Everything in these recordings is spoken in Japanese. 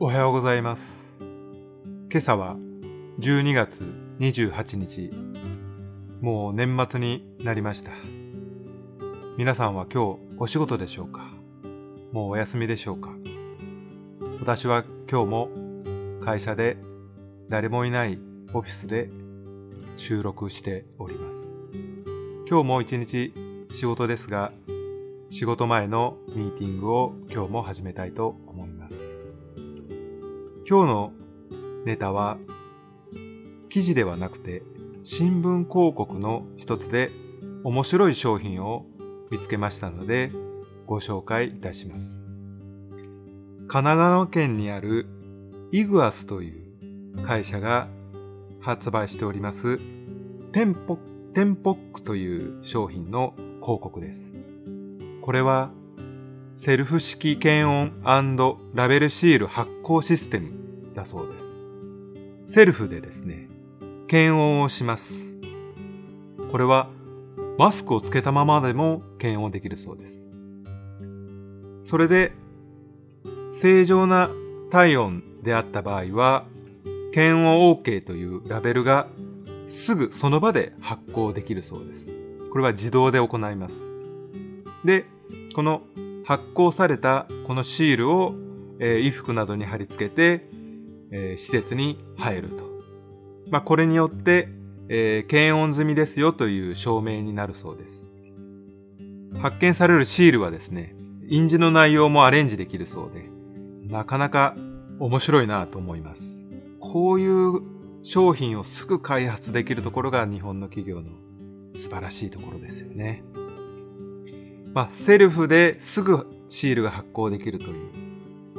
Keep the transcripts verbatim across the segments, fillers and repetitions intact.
おはようございます。今朝はじゅうにがつにじゅうはちにち、もう年末になりました。皆さんは今日お仕事でしょうか？もうお休みでしょうか？私は今日も会社で誰もいないオフィスで収録しております。今日も一日仕事ですが、仕事前のミーティングを今日も始めたいと思います。今日のネタは記事ではなくて新聞広告の一つで面白い商品を見つけましたのでご紹介いたします。神奈川県にあるイグアスという会社が発売しておりますテンポ、テンポックという商品の広告です。これはセルフ式検温&ラベルシール発行システムだそうです。セルフでですね、検温をします。これはマスクをつけたままでも検温できるそうです。それで正常な体温であった場合は検温 OK というラベルがすぐその場で発行できるそうです。これは自動で行います。で、この発行されたこのシールを、えー、衣服などに貼り付けて、えー、施設に入ると。まあ、これによって、えー、検温済みですよという証明になるそうです。発見されるシールはですね、印字の内容もアレンジできるそうで、なかなか面白いなと思います。こういう商品をすぐ開発できるところが日本の企業の素晴らしいところですよね。まあ、セルフですぐシールが発行できるという。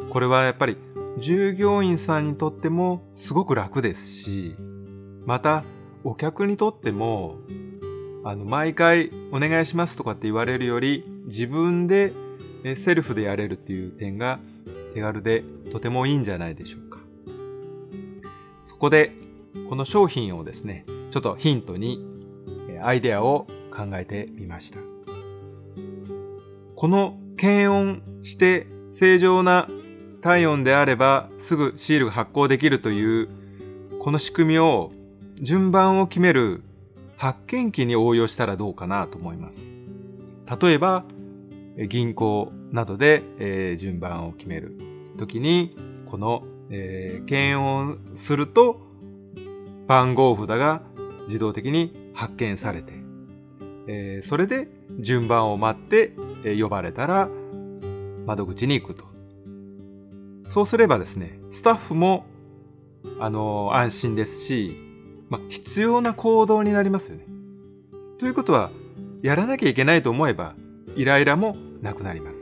これはやっぱり従業員さんにとってもすごく楽ですし、またお客にとっても、あの、毎回お願いしますとかって言われるより、自分でセルフでやれるっていう点が手軽でとてもいいんじゃないでしょうか。そこで、この商品をですね、ちょっとヒントにアイデアを考えてみました。この検温して正常な体温であればすぐシールが発行できるというこの仕組みを順番を決める発券機に応用したらどうかなと思います。例えば銀行などで、えー、順番を決めるときにこの、えー、検温すると番号札が自動的に発券されて、えー、それで順番を待って呼ばれたら窓口に行くと。そうすればですね、スタッフも、あのー、安心ですし、まあ、必要な行動になりますよね。ということは、やらなきゃいけないと思えば、イライラもなくなります。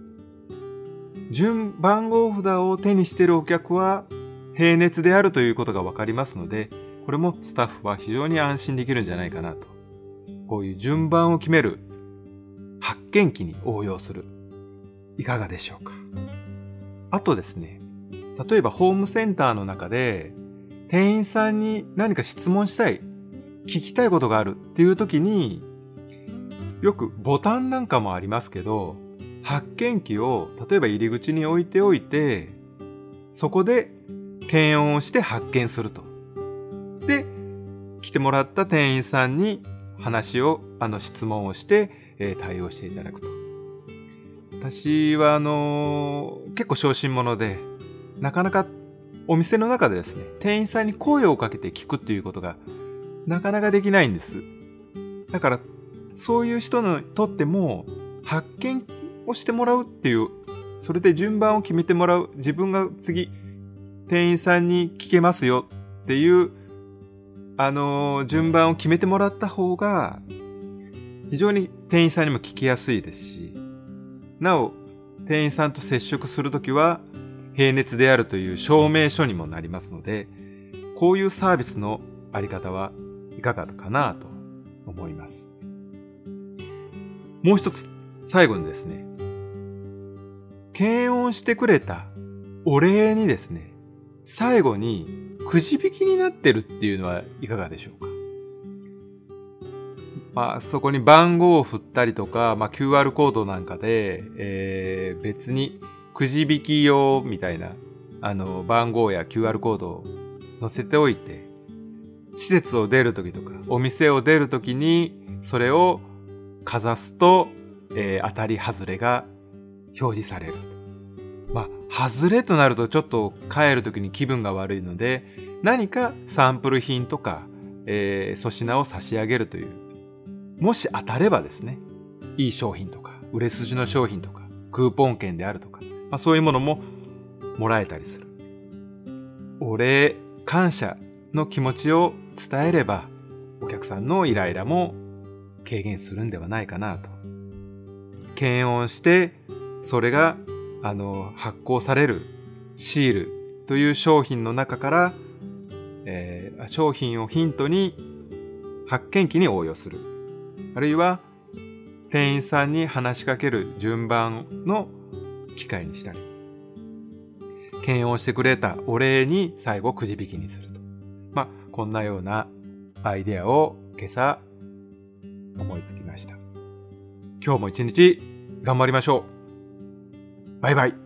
順番号札を手にしているお客は、平熱であるということがわかりますので、これもスタッフは非常に安心できるんじゃないかなと。こういう順番を決める発券機に応用する。いかがでしょうか。あとですね、例えばホームセンターの中で店員さんに何か質問したい、聞きたいことがあるっていう時に、よくボタンなんかもありますけど、発券機を例えば入り口に置いておいて、そこで検温をして発券すると。で、来てもらった店員さんに話を、あの質問をして、えー、対応していただくと。私はあのー、結構小心者で、なかなかお店の中でですね、店員さんに声をかけて聞くっていうことがなかなかできないんです。だからそういう人にとっても発見をしてもらうっていう、それで順番を決めてもらう、自分が次店員さんに聞けますよっていうあのー、順番を決めてもらった方が非常に店員さんにも聞きやすいですし、なお店員さんと接触するときは平熱であるという証明書にもなりますので、こういうサービスのあり方はいかがかなと思います。もう一つ、最後にですね、検温してくれたお礼にですね、最後にくじ引きになってるっていうのはいかがでしょうか。まあ、そこに番号を振ったりとか、まあ、キューアール コードなんかで、えー、別にくじ引き用みたいなあの番号や キューアール コードを載せておいて、施設を出るときとかお店を出るときにそれをかざすと、えー、当たり外れが表示される。まあ外れとなるとちょっと帰るときに気分が悪いので、何かサンプル品とか、えー、粗品を差し上げるという、もし当たればですね、いい商品とか売れ筋の商品とかクーポン券であるとか、まあ、そういうものももらえたりする。お礼感謝の気持ちを伝えれば、お客さんのイライラも軽減するんではないかなと。検温してそれがあの発行されるシールという商品の中から、えー、商品をヒントに発券機に応用する、あるいは店員さんに話しかける順番の機会にしたり、検温してくれたお礼に最後くじ引きにすると。まあこんなようなアイデアを今朝思いつきました。今日も一日頑張りましょう。バイバイ。